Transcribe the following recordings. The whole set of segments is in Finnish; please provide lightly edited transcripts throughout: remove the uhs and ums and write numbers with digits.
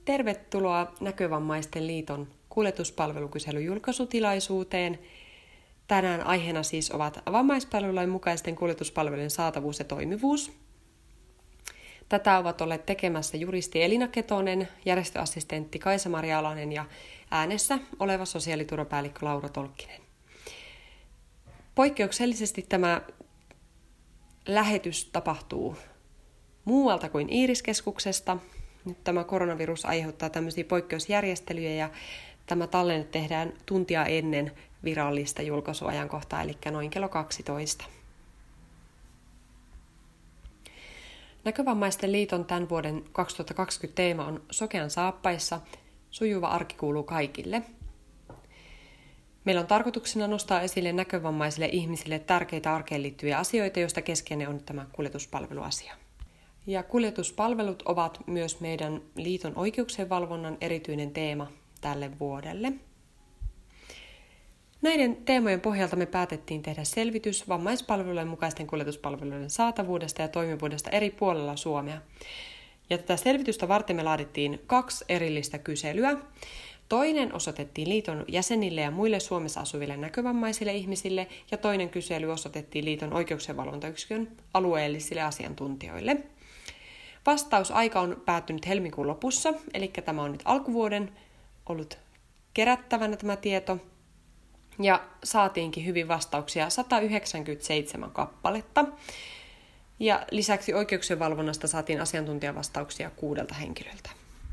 Tervetuloa Näkövammaisten liiton kuljetuspalvelukyselyn julkaisutilaisuuteen. Tänään aiheena siis ovat vammaispalvelulain mukaisten kuljetuspalvelujen saatavuus ja toimivuus. Tätä ovat olleet tekemässä juristi Elina Ketonen, järjestöassistentti Kaisa-Maria Alanen ja äänessä oleva sosiaaliturvapäällikkö Laura Tolkkinen. Poikkeuksellisesti tämä lähetys tapahtuu muualta kuin Iiriskeskuksesta. Nyt tämä koronavirus aiheuttaa tämmöisiä poikkeusjärjestelyjä ja tämä tallenne tehdään tuntia ennen virallista julkaisuajankohtaa, eli noin kello 12. Näkövammaisten liiton tämän vuoden 2020 teema on Sokean saappaissa. Sujuva arki kuuluu kaikille. Meillä on tarkoituksena nostaa esille näkövammaisille ihmisille tärkeitä arkeen liittyviä asioita, joista keskeinen on tämä kuljetuspalveluasia. Ja kuljetuspalvelut ovat myös meidän liiton oikeuksien valvonnan erityinen teema tälle vuodelle. Näiden teemojen pohjalta me päätettiin tehdä selvitys vammaispalvelujen mukaisten kuljetuspalveluiden saatavuudesta ja toimivuudesta eri puolella Suomea. Ja tätä selvitystä varten me laadittiin 2 erillistä kyselyä. Toinen osoitettiin liiton jäsenille ja muille Suomessa asuville näkövammaisille ihmisille, ja toinen kysely osoitettiin liiton oikeuksien valvontayksikön alueellisille asiantuntijoille. Vastausaika on päättynyt helmikuun lopussa, eli tämä on nyt alkuvuoden ollut kerättävänä tämä tieto. Ja saatiinkin hyvin vastauksia 197 kappaletta. Ja lisäksi oikeuksien valvonnasta saatiin asiantuntijavastauksia 6 henkilöltä.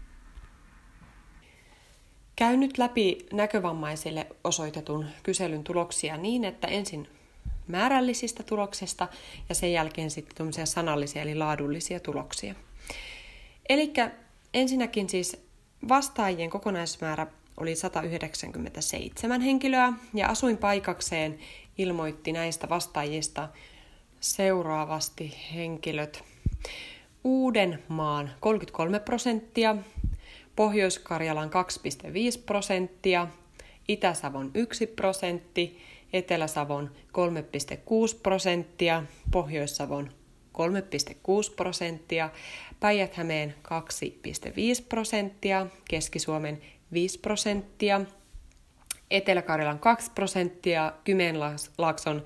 Käyn nyt läpi näkövammaisille osoitetun kyselyn tuloksia niin, että ensin määrällisistä tuloksista ja sen jälkeen sitten sanallisia eli laadullisia tuloksia. Eli ensinnäkin siis vastaajien kokonaismäärä oli 197 henkilöä ja asuinpaikakseen ilmoitti näistä vastaajista seuraavasti henkilöt: Uudenmaan 33%, Pohjois-Karjalan 2,5%, Itä-Savon 1%, Etelä-Savon 3,6%, Pohjois-Savon 3,6%, Päijät-Hämeen 2,5%, Keski-Suomen 5%, Etelä-Karjalan 2%, Kymenlaakson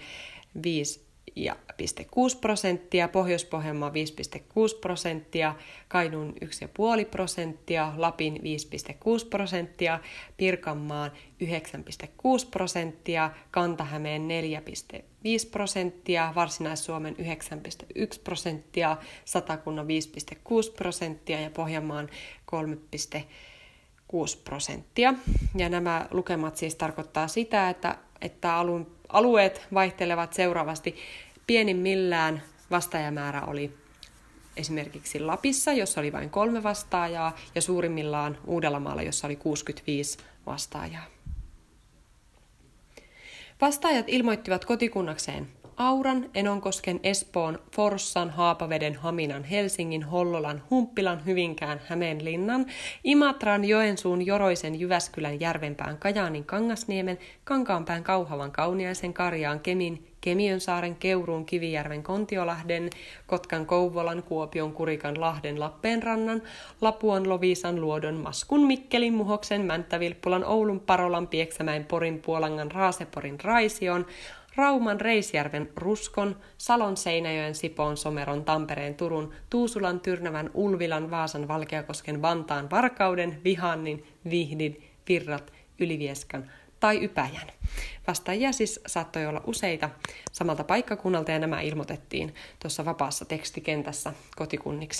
5,6%, Pohjois-Pohjanmaan 5,6%, Kainuun 1,5%, Lapin 5,6%, Pirkanmaan 9,6%, Kanta-Hämeen 4,5%, Varsinais-Suomen 9,1%, Satakunnan 5,6% ja Pohjanmaan 3,6%. Ja nämä lukemat siis tarkoittaa sitä, että alueet vaihtelevat seuraavasti. Pienimmillään vastaajamäärä oli esimerkiksi Lapissa, jossa oli vain 3 vastaajaa, ja suurimmillaan Uudellamaalla, jossa oli 65 vastaajaa. Vastaajat ilmoittivat kotikunnakseen Auran, Enonkosken, Espoon, Forssan, Haapaveden, Haminan, Helsingin, Hollolan, Humppilan, Hyvinkään, Hämeenlinnan, Imatran, Joensuun, Joroisen, Jyväskylän, Järvenpään, Kajaanin, Kangasniemen, Kankaanpään, Kauhavan, Kauniaisen, Karjaan, Kemin, Kemiönsaaren, Keuruun, Kivijärven, Kontiolahden, Kotkan, Kouvolan, Kuopion, Kurikan, Lahden, Lappeenrannan, Lapuan, Loviisan, Luodon, Maskun, Mikkelin, Muhoksen, Mänttä-Vilppulan, Oulun, Parolan, Pieksämäen, Porin, Puolangan, Raaseporin, Raision, Rauman, Reisjärven, Ruskon, Salon, Seinäjoen, Sipoon, Someron, Tampereen, Turun, Tuusulan, Tyrnävän, Ulvilan, Vaasan, Valkeakosken, Vantaan, Varkauden, Vihannin, Vihdin, Virrat, Ylivieskan tai Ypäjän. Vastaajia siis saattoi olla useita samalta paikkakunnalta ja nämä ilmoitettiin tuossa vapaassa tekstikentässä kotikunniksi.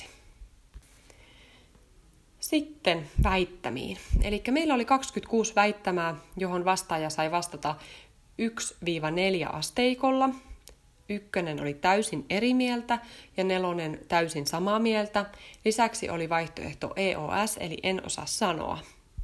Sitten väittämiin. Eli meillä oli 26 väittämää, johon vastaaja sai vastata 1-4 asteikolla. 1 oli täysin eri mieltä ja 4 täysin samaa mieltä. Lisäksi oli vaihtoehto EOS eli en osaa sanoa.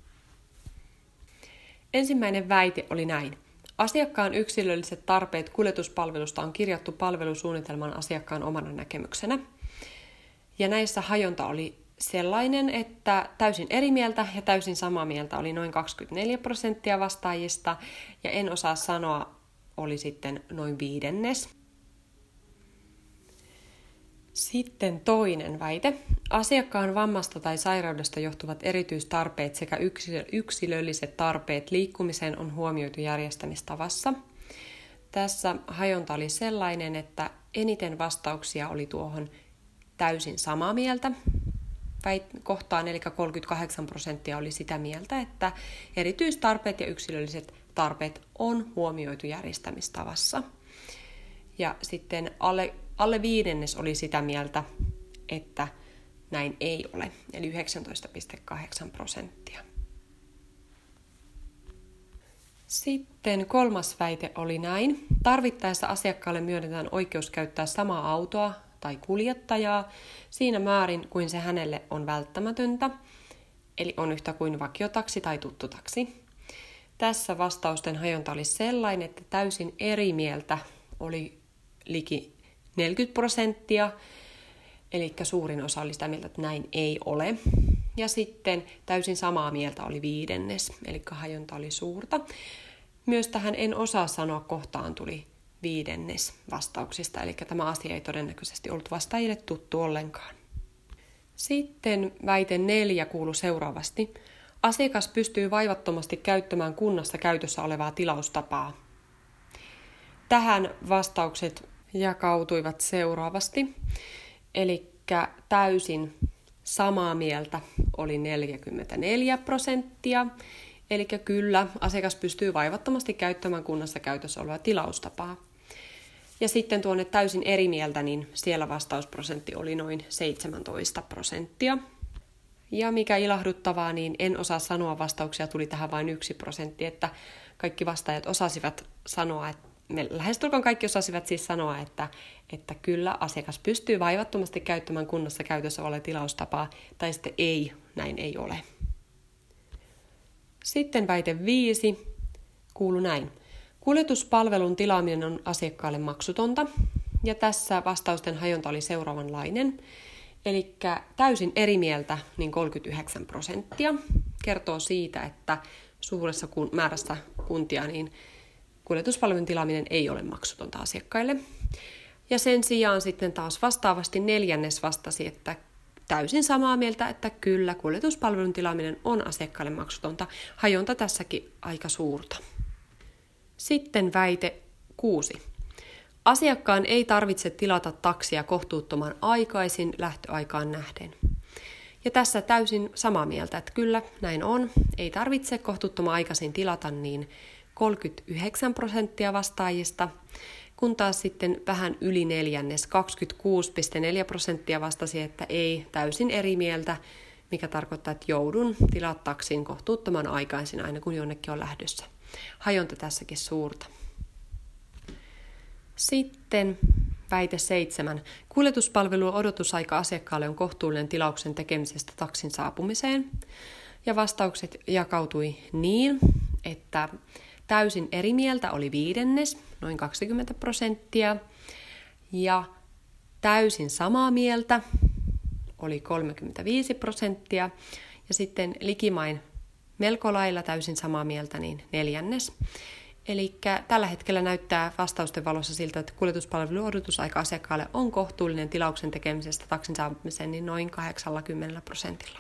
Ensimmäinen väite oli näin. Asiakkaan yksilölliset tarpeet kuljetuspalvelusta on kirjattu palvelusuunnitelman asiakkaan omana näkemyksenä. Ja näissä hajonta oli sellainen, että täysin eri mieltä ja täysin samaa mieltä oli noin 24% vastaajista ja en osaa sanoa oli sitten noin 1/5. Sitten toinen väite. Asiakkaan vammasta tai sairaudesta johtuvat erityistarpeet sekä yksilölliset tarpeet liikkumiseen on huomioitu järjestämistavassa. Tässä hajonta oli sellainen, että eniten vastauksia oli tuohon täysin samaa mieltä kohtaan, eli 38% oli sitä mieltä, että erityistarpeet ja yksilölliset tarpeet on huomioitu järjestämistavassa. Ja sitten alle viidennes oli sitä mieltä, että näin ei ole, eli 19,8%. Sitten kolmas väite oli näin. Tarvittaessa asiakkaalle myönnetään oikeus käyttää samaa autoa tai kuljettajaa siinä määrin kuin se hänelle on välttämätöntä, eli on yhtä kuin vakiotaksi tai tuttutaksi. Tässä vastausten hajonta oli sellainen, että täysin eri mieltä oli liki 40%, eli suurin osa oli sitä mieltä, että näin ei ole. Ja sitten täysin samaa mieltä oli viidennes, eli hajonta oli suurta. Myös tähän en osaa sanoa kohtaan tuli viidennes vastauksista, eli tämä asia ei todennäköisesti ollut vastaajille tuttu ollenkaan. Sitten väite 4 kuului seuraavasti. Asiakas pystyy vaivattomasti käyttämään kunnassa käytössä olevaa tilaustapaa. Tähän vastaukset jakautuivat seuraavasti, eli täysin samaa mieltä oli 44%, eli kyllä asiakas pystyy vaivattomasti käyttämään kunnassa käytössä olevaa tilaustapaa. Ja sitten tuonne täysin eri mieltä, niin siellä vastausprosentti oli noin 17%. Ja mikä ilahduttavaa, niin en osaa sanoa, vastauksia tuli tähän vain 1%, että kaikki vastaajat osasivat sanoa, että lähestulkoon kaikki osasivat siis sanoa, että kyllä asiakas pystyy vaivattomasti käyttämään kunnassa käytössä olevaa tilaustapaa, tai sitten ei, näin ei ole. Sitten väite 5 kuului näin. Kuljetuspalvelun tilaaminen on asiakkaalle maksutonta, ja tässä vastausten hajonta oli seuraavanlainen. Eli täysin eri mieltä, niin 39% kertoo siitä, että suuressa määrässä kuntia niin kuljetuspalvelun tilaaminen ei ole maksutonta asiakkaille. Ja sen sijaan sitten taas vastaavasti neljännes vastasi, että täysin samaa mieltä, että kyllä kuljetuspalvelun tilaaminen on asiakkaille maksutonta. Hajonta tässäkin aika suurta. Sitten väite 6. Asiakkaan ei tarvitse tilata taksia kohtuuttoman aikaisin lähtöaikaan nähden. Ja tässä täysin samaa mieltä, että kyllä näin on. Ei tarvitse kohtuuttoman aikaisin tilata, niin 39% vastaajista, kun taas sitten vähän yli neljännes, 26,4% vastasi, että ei, täysin eri mieltä, mikä tarkoittaa, että joudun tilata taksin kohtuuttoman aikaisin aina kun jonnekin on lähdössä. Hajonta tässäkin suurta. Sitten väite 7. Kuljetuspalvelun odotusaika asiakkaalle on kohtuullinen tilauksen tekemisestä taksin saapumiseen. Ja vastaukset jakautui niin, että täysin eri mieltä oli viidennes, noin 20%, ja täysin samaa mieltä oli 35%, ja sitten likimain melko lailla täysin samaa mieltä, niin neljännes. Eli tällä hetkellä näyttää vastausten valossa siltä, että kuljetuspalvelun odotusaika asiakkaalle on kohtuullinen tilauksen tekemisestä taksin saapumiseen niin noin 80%.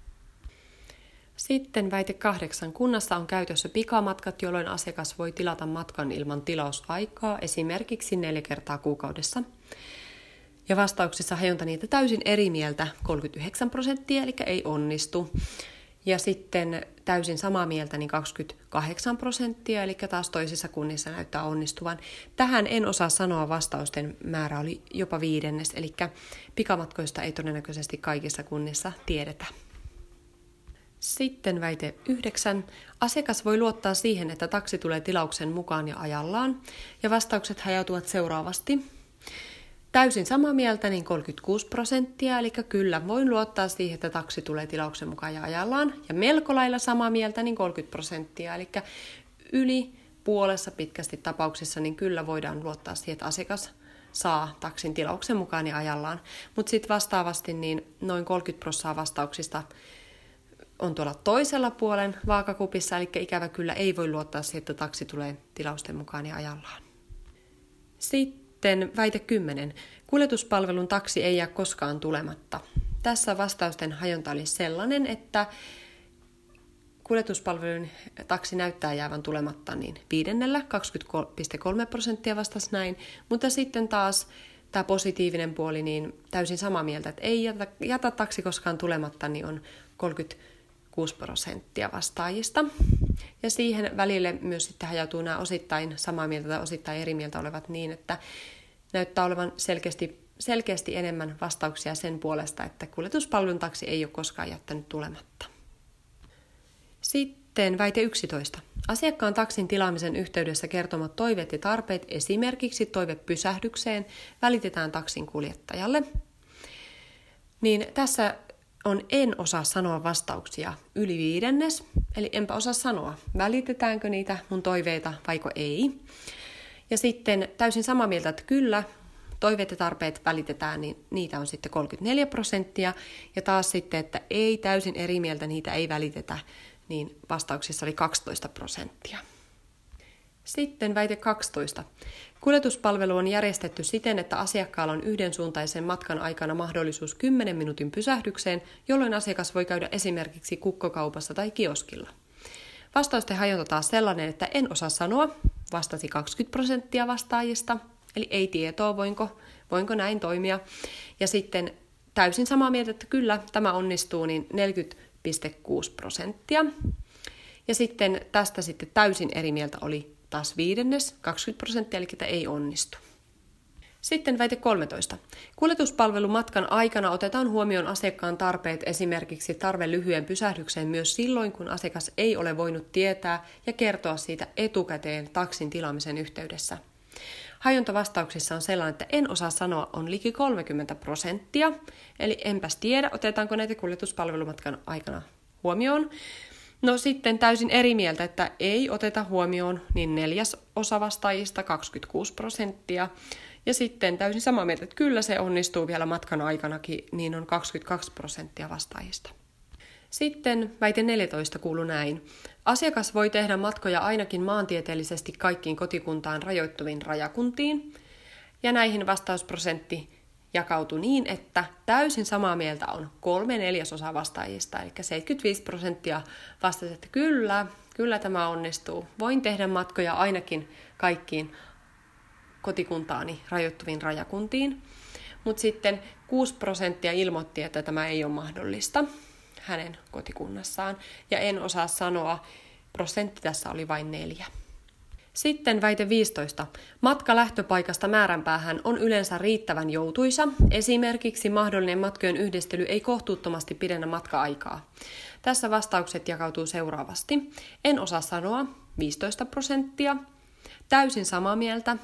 Sitten väite 8. Kunnassa on käytössä pikamatkat, jolloin asiakas voi tilata matkan ilman tilausaikaa, esimerkiksi 4 kertaa kuukaudessa. Ja vastauksissa hajonta niitä täysin eri mieltä 39%, eli ei onnistu. Ja sitten täysin samaa mieltä niin 28%, eli taas toisissa kunnissa näyttää onnistuvan. Tähän en osaa sanoa, vastausten määrä oli jopa viidennes, eli pikamatkoista ei todennäköisesti kaikissa kunnissa tiedetä. Sitten väite 9. Asiakas voi luottaa siihen, että taksi tulee tilauksen mukaan ja ajallaan, ja vastaukset hajautuvat seuraavasti. Täysin samaa mieltä, niin 36%, eli kyllä voin luottaa siihen, että taksi tulee tilauksen mukaan ja ajallaan. Ja melko lailla samaa mieltä, niin 30%, eli yli puolessa pitkästi tapauksissa, niin kyllä voidaan luottaa siihen, että asiakas saa taksin tilauksen mukaan ja ajallaan. Mutta sitten vastaavasti niin noin 30% vastauksista on tuolla toisella puolen vaakakupissa, eli ikävä kyllä ei voi luottaa siihen, että taksi tulee tilausten mukaan ja ajallaan. Sitten Sitten väite 10. Kuljetuspalvelun taksi ei jää koskaan tulematta. Tässä vastausten hajonta oli sellainen, että kuljetuspalvelun taksi näyttää jäävän tulematta niin viidennellä, 20,3% vastasi näin, mutta sitten taas tämä positiivinen puoli, niin täysin samaa mieltä, että ei jätä taksi koskaan tulematta, niin on 36% vastaajista. Ja siihen välille myös sitten hajautuu nämä osittain samaa mieltä tai osittain eri mieltä olevat niin, että näyttää olevan selkeästi enemmän vastauksia sen puolesta, että kuljetuspalvelun taksi ei ole koskaan jättänyt tulematta. Sitten väite 11. Asiakkaan taksin tilaamisen yhteydessä kertomat toiveet ja tarpeet, esimerkiksi toive pysähdykseen, välitetään taksin kuljettajalle. Niin tässä en osaa sanoa vastauksia yli 5, eli enpä osaa sanoa, välitetäänkö niitä mun toiveita vaiko ei. Ja sitten täysin samaa mieltä, että kyllä, toiveet ja tarpeet välitetään, niin niitä on sitten 34%, ja taas sitten, että ei täysin eri mieltä, niitä ei välitetä, niin vastauksissa oli 12%. Sitten väite 12. Kuljetuspalvelu on järjestetty siten, että asiakkaalla on yhdensuuntaisen matkan aikana mahdollisuus 10 minuutin pysähdykseen, jolloin asiakas voi käydä esimerkiksi kukkokaupassa tai kioskilla. Vastausten hajonta taas sellainen, että en osaa sanoa, vastasi 20% vastaajista, eli ei tietoa, voinko näin toimia. Ja sitten täysin samaa mieltä, että kyllä tämä onnistuu, niin 40,6%. Ja sitten tästä sitten täysin eri mieltä oli taas 20%, eli että ei onnistu. Sitten väite 13. Kuljetuspalvelun matkan aikana otetaan huomioon asiakkaan tarpeet, esimerkiksi tarve lyhyen pysähdykseen myös silloin, kun asiakas ei ole voinut tietää ja kertoa siitä etukäteen taksin tilaamisen yhteydessä. Hajonta vastauksissa on sellainen, että en osaa sanoa, on liki 30%, eli enpäs tiedä, otetaanko näitä kuljetuspalvelumatkan aikana huomioon. No sitten täysin eri mieltä, että ei oteta huomioon, niin 4% vastaajista, 26%. Ja sitten täysin samaa mieltä, että kyllä se onnistuu vielä matkan aikanakin, niin on 22% vastaajista. Sitten väite 14 kuuluu näin. Asiakas voi tehdä matkoja ainakin maantieteellisesti kaikkiin kotikuntaan rajoittuviin rajakuntiin. Ja näihin vastausprosentti jakautui niin, että täysin samaa mieltä on 3/4 vastaajista, eli 75% vastasi, että kyllä tämä onnistuu. Voin tehdä matkoja ainakin kaikkiin kotikuntaani rajoittuviin rajakuntiin. Mutta sitten 6% ilmoitti, että tämä ei ole mahdollista hänen kotikunnassaan. Ja en osaa sanoa, prosentti tässä oli vain 4. Sitten väite 15. Matka lähtöpaikasta määränpäähän on yleensä riittävän joutuisa. Esimerkiksi mahdollinen matkojen yhdistely ei kohtuuttomasti pidennä matka-aikaa. Tässä vastaukset jakautuu seuraavasti. En osaa sanoa, 15%. Täysin samaa mieltä,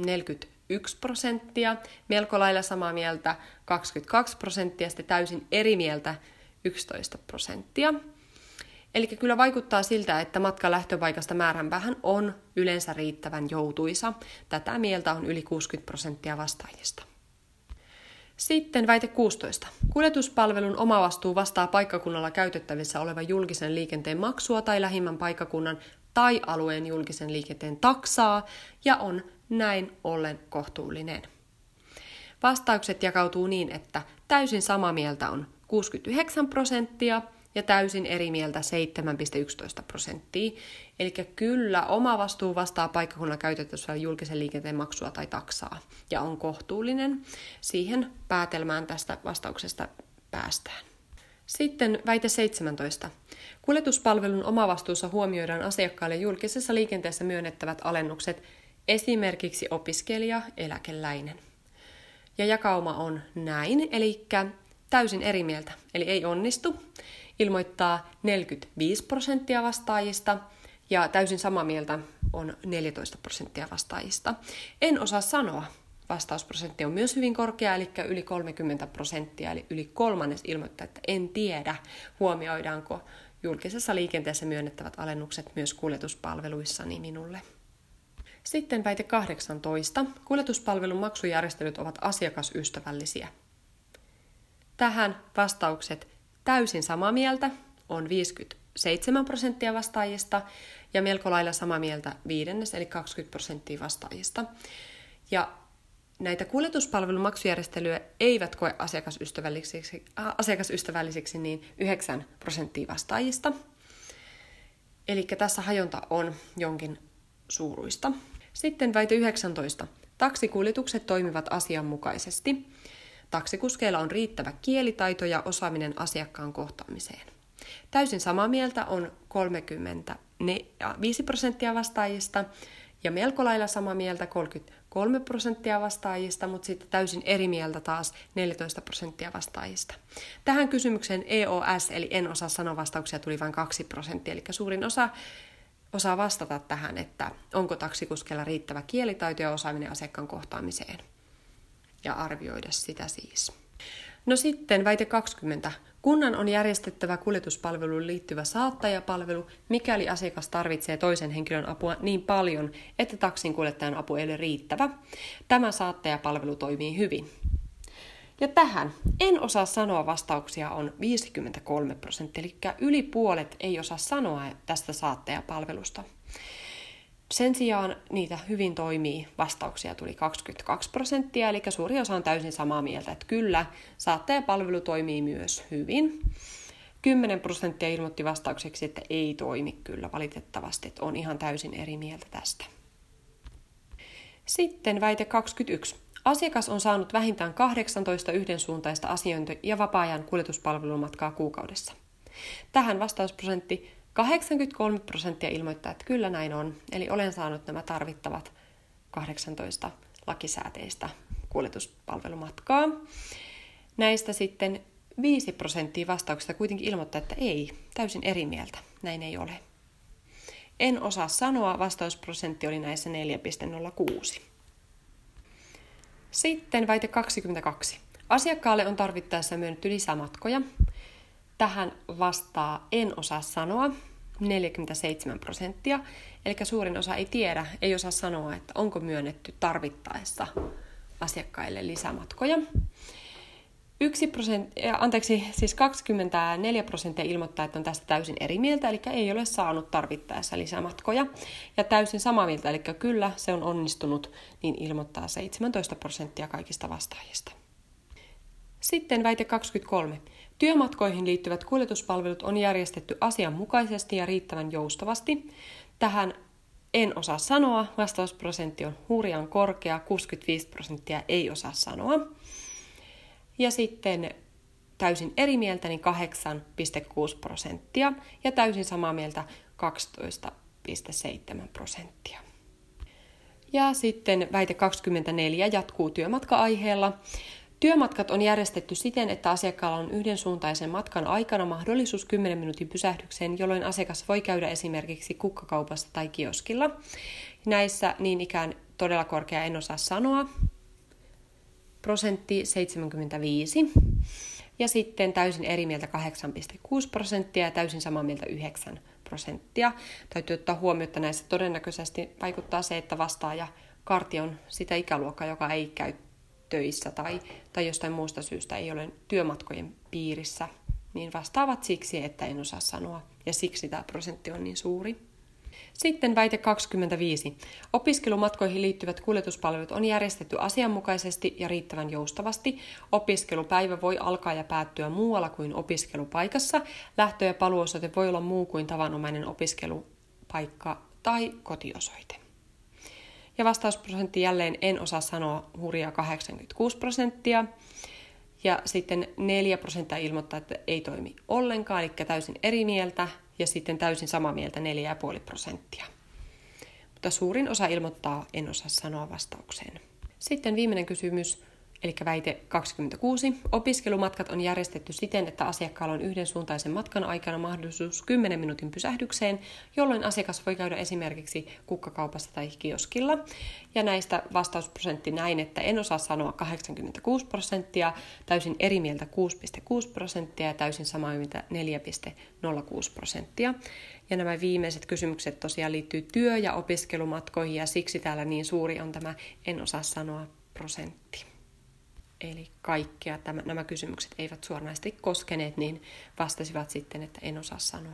41%. Melko lailla samaa mieltä, 22%. Ja sitten täysin eri mieltä, 11%. Eli kyllä vaikuttaa siltä, että matka lähtöpaikasta määränpäähän on yleensä riittävän joutuisa. Tätä mieltä on yli 60% vastaajista. Sitten väite 16. Kuljetuspalvelun omavastuu vastaa paikkakunnalla käytettävissä olevan julkisen liikenteen maksua tai lähimmän paikkakunnan tai alueen julkisen liikenteen taksaa ja on näin ollen kohtuullinen. Vastaukset jakautuu niin, että täysin samaa mieltä on 69%, ja täysin eri mieltä 7,11%. Eli kyllä oma vastuu vastaa paikkakunnan käytettävissä julkisen liikenteen maksua tai taksaa ja on kohtuullinen. Siihen päätelmään tästä vastauksesta päästään. Sitten väite 17. Kuljetuspalvelun omavastuussa huomioidaan asiakkaille julkisessa liikenteessä myönnettävät alennukset, esimerkiksi opiskelija, eläkeläinen. Ja jakauma on näin, eli täysin eri mieltä, eli ei onnistu. Ilmoittaa 45% vastaajista ja täysin samaa mieltä on 14% vastaajista. En osaa sanoa. Vastausprosentti on myös hyvin korkea, eli yli 30%, eli yli kolmannes ilmoittaa, että en tiedä, huomioidaanko julkisessa liikenteessä myönnettävät alennukset myös kuljetuspalveluissani minulle. Sitten väite 18. Kuljetuspalvelun maksujärjestelyt ovat asiakasystävällisiä. Tähän vastaukset täysin samaa mieltä on 57% vastaajista ja melko lailla samaa mieltä 5, eli 20% vastaajista. Ja näitä kuljetuspalvelumaksujärjestelyjä eivät koe asiakasystävällisiksi niin 9% vastaajista. Eli tässä hajonta on jonkin suuruista. Sitten väite 19. Taksikuljetukset toimivat asianmukaisesti. Taksikuskeilla on riittävä kielitaito ja osaaminen asiakkaan kohtaamiseen. Täysin samaa mieltä on 35% vastaajista ja melko lailla samaa mieltä 33% vastaajista, mutta sitten täysin eri mieltä taas 14% vastaajista. Tähän kysymykseen EOS eli en osaa sanoa vastauksia tuli vain 2%, eli suurin osa osaa vastata tähän, että onko taksikuskeilla riittävä kielitaito ja osaaminen asiakkaan kohtaamiseen ja arvioida sitä siis. No sitten väite 20. Kunnan on järjestettävä kuljetuspalveluun liittyvä saattajapalvelu, mikäli asiakas tarvitsee toisen henkilön apua niin paljon, että taksinkuljettajan apu ei ole riittävä. Tämä saattajapalvelu toimii hyvin. Ja tähän en osaa sanoa vastauksia on 53%, eli yli puolet ei osaa sanoa tästä saattajapalvelusta. Sen sijaan niitä hyvin toimii vastauksia tuli 22%, eli suuri osa on täysin samaa mieltä, että kyllä, saattajapalvelu toimii myös hyvin. 10% ilmoitti vastaukseksi, että ei toimi kyllä valitettavasti, että on ihan täysin eri mieltä tästä. Sitten väite 21. Asiakas on saanut vähintään 18 yhdensuuntaista asiointi- ja vapaa-ajan kuljetuspalvelumatkaa kuukaudessa. Tähän vastausprosentti 83% ilmoittaa, että kyllä näin on, eli olen saanut nämä tarvittavat 18 lakisääteistä kuljetuspalvelumatkaa. Näistä sitten 5% vastauksista kuitenkin ilmoittaa, että ei, täysin eri mieltä, näin ei ole. En osaa sanoa, vastausprosentti oli näissä 4,06. Sitten väite 22. Asiakkaalle on tarvittaessa myönnetty lisämatkoja. Tähän vastaa en osaa sanoa 47%, eli suurin osa ei tiedä, ei osaa sanoa, että onko myönnetty tarvittaessa asiakkaille lisämatkoja. 24% ilmoittaa, että on tästä täysin eri mieltä, eli ei ole saanut tarvittaessa lisämatkoja. Ja täysin samaa mieltä, eli kyllä se on onnistunut, niin ilmoittaa 17% kaikista vastaajista. Sitten väite 23. Työmatkoihin liittyvät kuljetuspalvelut on järjestetty asianmukaisesti ja riittävän joustavasti. Tähän en osaa sanoa, vastausprosentti on hurjan korkea, 65% ei osaa sanoa. Ja sitten täysin eri mieltä, niin 8,6% ja täysin samaa mieltä 12,7%. Ja sitten väite 24 jatkuu työmatka-aiheella. Työmatkat on järjestetty siten, että asiakkaalla on yhdensuuntaisen matkan aikana mahdollisuus 10 minuutin pysähdykseen, jolloin asiakas voi käydä esimerkiksi kukkakaupassa tai kioskilla. Näissä niin ikään todella korkea en osaa sanoa. Prosentti 75. Ja sitten täysin eri mieltä 8,6% ja täysin samaa mieltä 9%. Täytyy ottaa huomioon, että näissä todennäköisesti vaikuttaa se, että vastaaja karti on sitä ikäluokkaa, joka ei käy töissä tai jostain muusta syystä ei ole työmatkojen piirissä, niin vastaavat siksi, että en osaa sanoa, ja siksi tämä prosentti on niin suuri. Sitten väite 25. Opiskelumatkoihin liittyvät kuljetuspalvelut on järjestetty asianmukaisesti ja riittävän joustavasti. Opiskelupäivä voi alkaa ja päättyä muualla kuin opiskelupaikassa. Lähtö- ja paluuosoite voi olla muu kuin tavanomainen opiskelupaikka tai kotiosoite. Ja vastausprosentti jälleen en osaa sanoa, hurjaa 86%. Ja sitten 4% ilmoittaa, että ei toimi ollenkaan, eli täysin eri mieltä. Ja sitten täysin samaa mieltä 4,5%. Mutta suurin osa ilmoittaa, en osaa sanoa vastaukseen. Sitten viimeinen kysymys, eli väite 26. Opiskelumatkat on järjestetty siten, että asiakkaalla on yhdensuuntaisen matkan aikana mahdollisuus 10 minuutin pysähdykseen, jolloin asiakas voi käydä esimerkiksi kukkakaupassa tai kioskilla. Ja näistä vastausprosentti näin, että en osaa sanoa 86%, täysin eri mieltä 6,6% ja täysin samaa mieltä 4,06%. Ja nämä viimeiset kysymykset tosiaan liittyy työ- ja opiskelumatkoihin ja siksi täällä niin suuri on tämä en osaa sanoa prosentti. Eli kaikkea nämä kysymykset eivät suoranaisesti koskeneet, niin vastasivat sitten, että en osaa sanoa.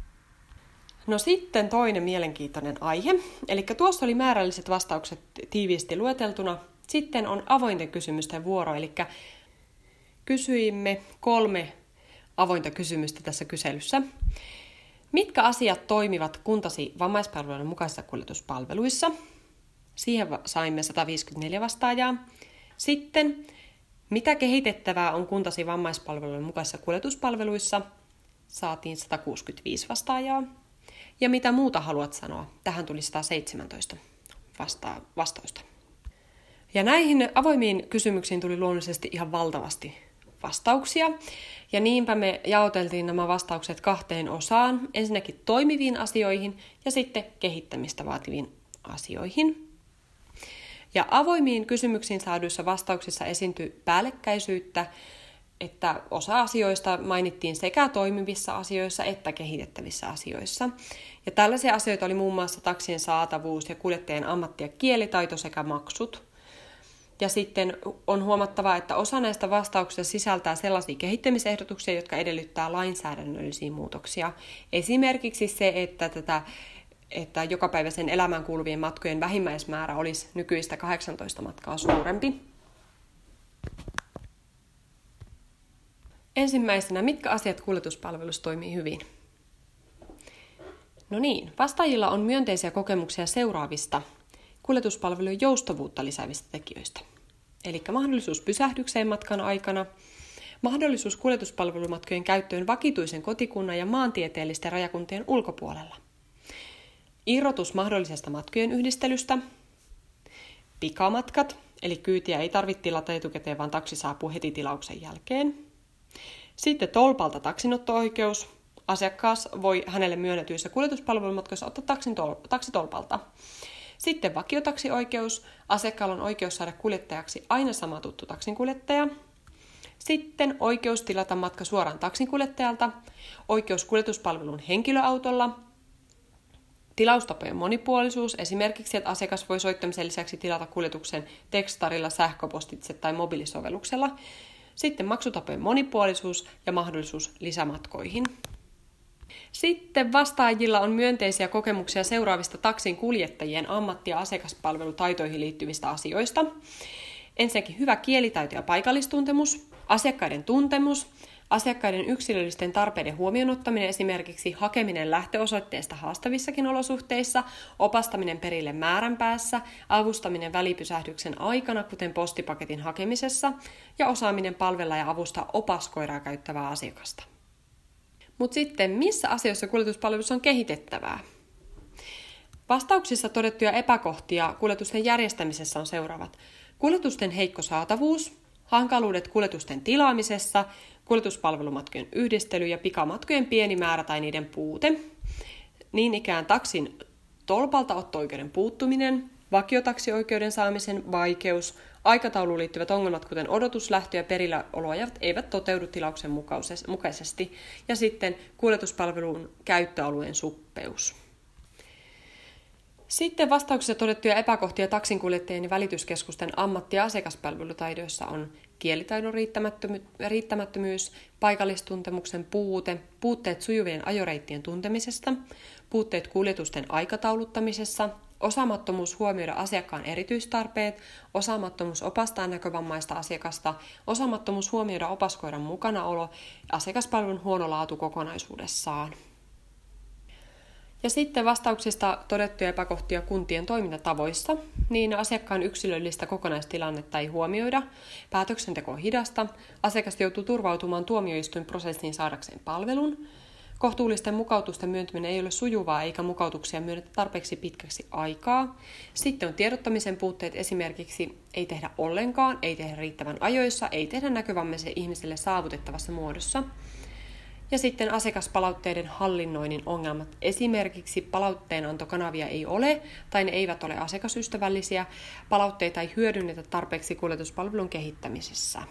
No sitten toinen mielenkiintoinen aihe. Eli tuossa oli määrälliset vastaukset tiiviisti lueteltuna Sitten on avointen kysymysten vuoro, eli kysyimme 3 avointa kysymystä tässä kyselyssä. Mitkä asiat toimivat kuntasi vammaispalveluiden mukaisissa kuljetuspalveluissa? Siihen saimme 154 vastaajaa. Sitten, mitä kehitettävää on kuntasi vammaispalveluiden mukaisissa kuljetuspalveluissa? Saatiin 165 vastaajaa. Ja mitä muuta haluat sanoa? Tähän tuli 117 vastausta. Ja näihin avoimiin kysymyksiin tuli luonnollisesti ihan valtavasti vastauksia. Ja niinpä me jaoteltiin nämä vastaukset 2 osaan. Ensinnäkin toimiviin asioihin ja sitten kehittämistä vaativiin asioihin. Ja avoimiin kysymyksiin saaduissa vastauksissa esiintyi päällekkäisyyttä, että osa asioista mainittiin sekä toimivissa asioissa että kehitettävissä asioissa. Ja tällaisia asioita oli muun muassa taksien saatavuus ja kuljettajien ammatti- ja kielitaito sekä maksut. Ja sitten on huomattava, että osa näistä vastauksista sisältää sellaisia kehittämisehdotuksia, jotka edellyttää lainsäädännöllisiä muutoksia. Esimerkiksi se, että jokapäiväisen elämään kuuluvien matkojen vähimmäismäärä olisi nykyistä 18 matkaa suurempi. Ensimmäisenä, mitkä asiat kuljetuspalvelussa toimii hyvin? No niin, vastaajilla on myönteisiä kokemuksia seuraavista kuljetuspalvelujen joustavuutta lisäävistä tekijöistä. Eli mahdollisuus pysähdykseen matkan aikana, mahdollisuus kuljetuspalvelumatkojen käyttöön vakituisen kotikunnan ja maantieteellisten rajakuntien ulkopuolella, irrotus mahdollisesta matkojen yhdistelystä, pikamatkat, eli kyytiä ei tarvitse tilata etukäteen, vaan taksi saapuu heti tilauksen jälkeen. Sitten tolpalta taksinotto-oikeus. Asiakas voi hänelle myönnetyissä kuljetuspalvelumatkoissa ottaa taksi tolpalta. Sitten vakiotaksioikeus. Asiakkaalla on oikeus saada kuljettajaksi aina sama tuttu taksinkuljettaja. Sitten oikeus tilata matka suoraan taksinkuljettajalta. Oikeus kuljetuspalvelun henkilöautolla. Tilaustapojen monipuolisuus, esimerkiksi, että asiakas voi soittamisen lisäksi tilata kuljetuksen tekstarilla, sähköpostitse tai mobiilisovelluksella. Sitten maksutapojen monipuolisuus ja mahdollisuus lisämatkoihin. Sitten vastaajilla on myönteisiä kokemuksia seuraavista taksin kuljettajien ammatti- ja asiakaspalvelutaitoihin liittyvistä asioista. Ensinnäkin hyvä kielitaito ja paikallistuntemus, asiakkaiden tuntemus, asiakkaiden yksilöllisten tarpeiden huomioon ottaminen, esimerkiksi hakeminen lähtöosoitteesta haastavissakin olosuhteissa, opastaminen perille määrän päässä, avustaminen välipysähdyksen aikana, kuten postipaketin hakemisessa, ja osaaminen palvella ja avustaa opaskoiraa käyttävää asiakasta. Mutta sitten, missä asioissa kuljetuspalvelussa on kehitettävää? Vastauksissa todettuja epäkohtia kuljetusten järjestämisessä on seuraavat. Kuljetusten heikko saatavuus, hankaluudet kuljetusten tilaamisessa, kuljetuspalvelumatkojen yhdistely ja pikamatkojen pieni määrä tai niiden puute. Niin ikään taksin tolpalta otto-oikeuden puuttuminen, vakiotaksioikeuden saamisen vaikeus, aikatauluun liittyvät ongelmat, kuten odotus, lähtö ja perilläoloajat, eivät toteudu tilauksen mukaisesti, ja sitten kuljetuspalvelun käyttöalueen suppeus. Sitten vastauksissa todettuja epäkohtia taksinkuljettajien ja välityskeskusten ammatti- ja asiakaspalvelutaidoissa on kielitaidon riittämättömyys, paikallistuntemuksen puute, puutteet sujuvien ajoreittien tuntemisesta, puutteet kuljetusten aikatauluttamisessa, osaamattomuus huomioida asiakkaan erityistarpeet, osaamattomuus opastaa näkövammaista asiakasta, osaamattomuus huomioida opaskoiran mukanaolo ja asiakaspalvelun huono laatu kokonaisuudessaan. Ja sitten vastauksista todettuja epäkohtia kuntien toimintatavoissa, niin asiakkaan yksilöllistä kokonaistilannetta ei huomioida, päätöksenteko on hidasta, asiakas joutuu turvautumaan tuomioistuinprosessiin saadakseen palvelun, kohtuullisten mukautusten myöntäminen ei ole sujuvaa eikä mukautuksia myönnetä tarpeeksi pitkäksi aikaa. Sitten on tiedottamisen puutteet, esimerkiksi ei tehdä ollenkaan, ei tehdä riittävän ajoissa, ei tehdä näkövammaiselle ihmiselle saavutettavassa muodossa. Ja sitten asiakaspalautteiden hallinnoinnin ongelmat. Esimerkiksi palautteenantokanavia ei ole tai ne eivät ole asiakasystävällisiä. Palautteita ei hyödynnetä tarpeeksi kuljetuspalvelun kehittämisessä.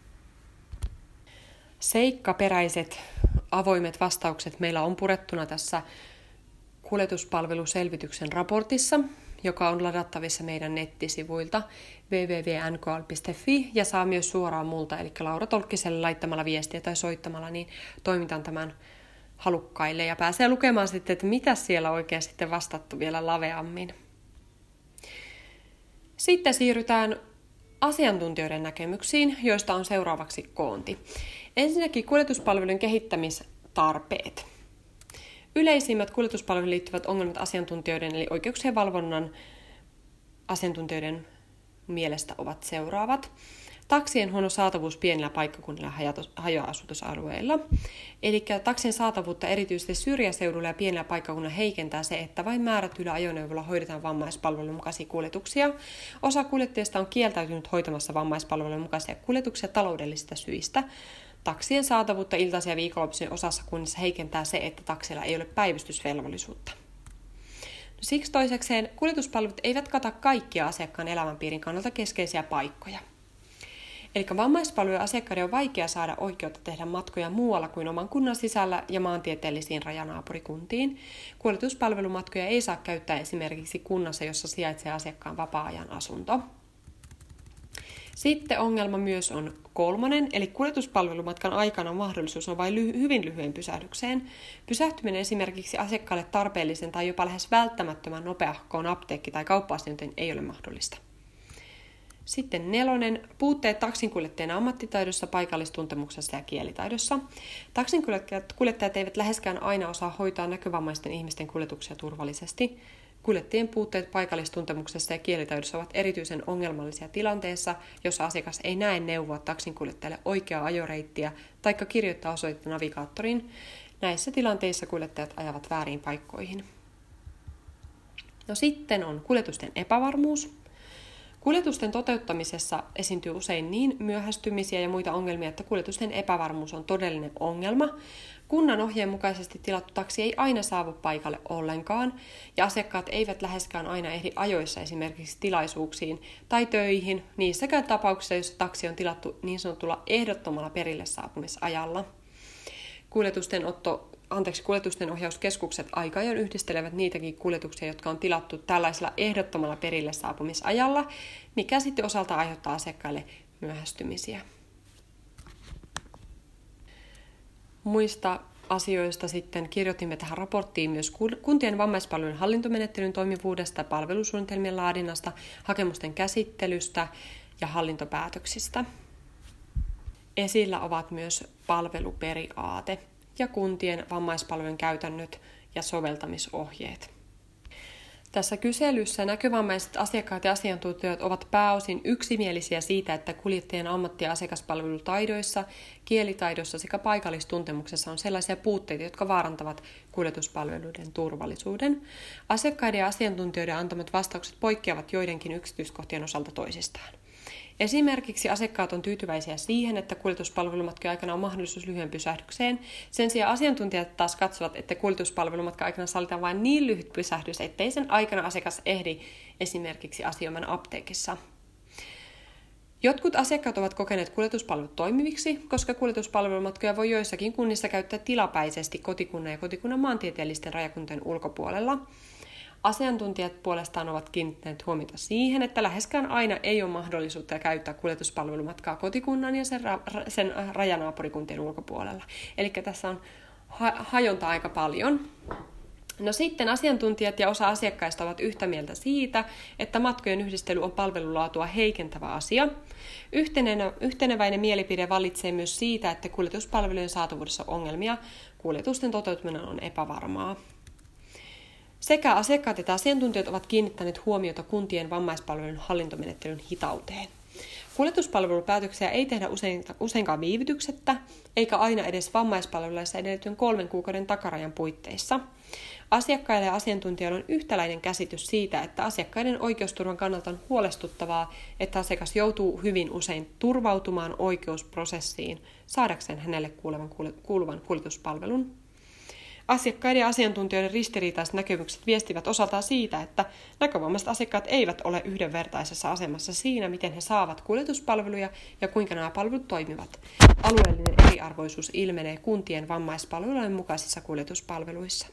Seikkaperäiset avoimet vastaukset meillä on purettuna tässä kuljetuspalveluselvityksen raportissa, joka on ladattavissa meidän nettisivuilta www.nkl.fi ja saa myös suoraan multa, eli Laura Tolkkiselle laittamalla viestiä tai soittamalla, niin toimitan tämän halukkaille ja pääsee lukemaan sitten, että mitä siellä oikein sitten vastattu vielä laveammin. Sitten siirrytään asiantuntijoiden näkemyksiin, joista on seuraavaksi koonti. Ensinnäkin kuljetuspalvelujen kehittämistarpeet. Yleisimmät kuljetuspalveluihin liittyvät ongelmat asiantuntijoiden eli oikeuksien valvonnan asiantuntijoiden mielestä ovat seuraavat. Taksien huono saatavuus pienillä paikkakunnilla ja haja-asutusalueilla. Eli taksien saatavuutta erityisesti syrjäseudulla ja pienillä paikkakunnilla heikentää se, että vain määrätyillä ajoneuvoilla hoidetaan vammaispalvelun mukaisia kuljetuksia. Osa kuljettajista on kieltäytynyt hoitamassa vammaispalvelun mukaisia kuljetuksia taloudellisista syistä. Taksien saatavuutta iltaisin ja viikonloppuisin osassa kunnissa heikentää se, että taksilla ei ole päivystysvelvollisuutta. Siksi toisekseen kuljetuspalvelut eivät kata kaikkia asiakkaan elämänpiirin kannalta keskeisiä paikkoja. Eli vammaispalvelujen asiakkaiden on vaikea saada oikeutta tehdä matkoja muualla kuin oman kunnan sisällä ja maantieteellisiin rajanaapurikuntiin. Kuljetuspalvelumatkoja ei saa käyttää esimerkiksi kunnassa, jossa sijaitsee asiakkaan vapaa-ajan asunto. Sitten ongelma myös on kolmonen, eli kuljetuspalvelumatkan aikana mahdollisuus on vain hyvin lyhyen pysähdykseen. Pysähtyminen esimerkiksi asiakkaalle tarpeellisen tai jopa lähes välttämättömän nopeahkoon apteekki- tai kauppa-asiointiin ei ole mahdollista. Sitten nelonen, puutteet taksinkuljettajien ammattitaidossa, paikallistuntemuksessa ja kielitaidossa. Taksinkuljettajat eivät läheskään aina osaa hoitaa näkövammaisten ihmisten kuljetuksia turvallisesti. Kuljettajien puutteet paikallistuntemuksessa ja kielitaidossa ovat erityisen ongelmallisia tilanteessa, jossa asiakas ei näe neuvoa taksinkuljettajalle oikeaa ajoreittiä tai kirjoittaa osoitetta navigaattoriin. Näissä tilanteissa kuljettajat ajavat vääriin paikkoihin. No sitten on kuljetusten epävarmuus. Kuljetusten toteuttamisessa esiintyy usein niin myöhästymisiä ja muita ongelmia, että kuljetusten epävarmuus on todellinen ongelma. Kunnan ohjeen mukaisesti tilattu taksi ei aina saavu paikalle ollenkaan, ja asiakkaat eivät läheskään aina ehdi ajoissa esimerkiksi tilaisuuksiin tai töihin, niissäkään tapauksissa, joissa taksi on tilattu niin sanotulla ehdottomalla perille saapumisajalla. Kuljetusten ohjauskeskukset aika ajoin yhdistelevät niitäkin kuljetuksia, jotka on tilattu tällaisella ehdottomalla perille saapumisajalla, mikä sitten osalta aiheuttaa asiakkaille myöhästymisiä. Muista asioista sitten kirjoitimme tähän raporttiin myös kuntien vammaispalvelujen hallintomenettelyn toimivuudesta, palvelusuunnitelmien laadinnasta, hakemusten käsittelystä ja hallintopäätöksistä. Esillä ovat myös palveluperiaate ja kuntien vammaispalvelujen käytännöt ja soveltamisohjeet. Tässä kyselyssä näkövammaiset asiakkaat ja asiantuntijat ovat pääosin yksimielisiä siitä, että kuljettajien ammatti- ja asiakaspalvelutaidoissa, kielitaidossa sekä paikallistuntemuksessa on sellaisia puutteita, jotka vaarantavat kuljetuspalveluiden turvallisuuden. Asiakkaiden ja asiantuntijoiden antamat vastaukset poikkeavat joidenkin yksityiskohtien osalta toisistaan. Esimerkiksi asiakkaat on tyytyväisiä siihen, että kuljetuspalvelumatkan aikana on mahdollisuus lyhyen pysähdykseen. Sen sijaan asiantuntijat taas katsovat, että kuljetuspalvelumatkan aikana sallitaan vain niin lyhyt pysähdys, ettei sen aikana asiakas ehdi esimerkiksi asioimaan apteekissa. Jotkut asiakkaat ovat kokeneet kuljetuspalvelut toimiviksi, koska kuljetuspalvelumatkoja voi joissakin kunnissa käyttää tilapäisesti kotikunnan ja kotikunnan maantieteellisten rajakuntien ulkopuolella. Asiantuntijat puolestaan ovat kiinnittäneet huomiota siihen, että läheskään aina ei ole mahdollisuutta käyttää kuljetuspalvelumatkaa kotikunnan ja sen rajanaapurikuntien ulkopuolella. Eli tässä on hajonta aika paljon. No sitten asiantuntijat ja osa asiakkaista ovat yhtä mieltä siitä, että matkojen yhdistely on palvelulaatua heikentävä asia. Yhteneväinen mielipide vallitsee myös siitä, että kuljetuspalvelujen saatavuudessa on ongelmia. Kuljetusten toteutuminen on epävarmaa. Sekä asiakkaat että asiantuntijat ovat kiinnittäneet huomiota kuntien vammaispalvelujen hallintomenettelyn hitauteen. Kuljetuspalvelupäätöksiä ei tehdä useinkaan viivytyksettä, eikä aina edes vammaispalveluissa edellytyn 3 kuukauden takarajan puitteissa. Asiakkaille ja asiantuntijoille on yhtäläinen käsitys siitä, että asiakkaiden oikeusturvan kannalta on huolestuttavaa, että asiakas joutuu hyvin usein turvautumaan oikeusprosessiin saadakseen hänelle kuuluvan kuljetuspalvelun. Asiakkaiden ja asiantuntijoiden ristiriitaiset näkemykset viestivät osaltaan siitä, että näkövammaiset asiakkaat eivät ole yhdenvertaisessa asemassa siinä, miten he saavat kuljetuspalveluja ja kuinka nämä palvelut toimivat. Alueellinen eriarvoisuus ilmenee kuntien vammaispalvelujen mukaisissa kuljetuspalveluissa.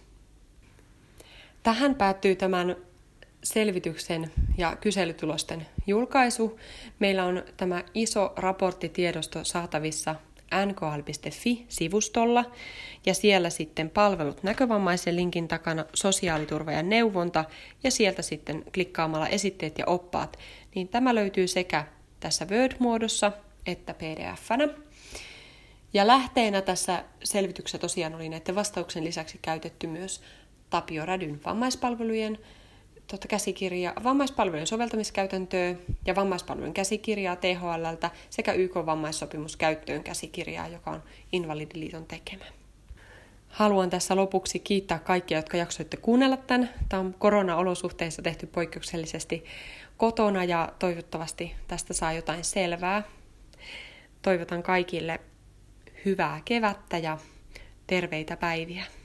Tähän päättyy tämän selvityksen ja kyselytulosten julkaisu. Meillä on tämä iso raporttitiedosto saatavissa nkl.fi-sivustolla ja siellä sitten palvelut näkövammaisen linkin takana, sosiaaliturva ja neuvonta ja sieltä sitten klikkaamalla esitteet ja oppaat, niin tämä löytyy sekä tässä Word-muodossa että PDF-nä. Ja lähteenä tässä selvityksessä tosiaan oli näiden vastauksen lisäksi käytetty myös Tapio Rädyn vammaispalvelujen käsikirja, vammaispalvelujen soveltamiskäytäntöä ja vammaispalvelujen käsikirjaa THL:ltä sekä YK-vammaissopimus käyttöön käsikirjaa, joka on Invalidiliiton tekemä. Haluan tässä lopuksi kiittää kaikkia, jotka jaksoitte kuunnella tämän. Tämä on korona-olosuhteissa tehty poikkeuksellisesti kotona ja toivottavasti tästä saa jotain selvää. Toivotan kaikille hyvää kevättä ja terveitä päiviä.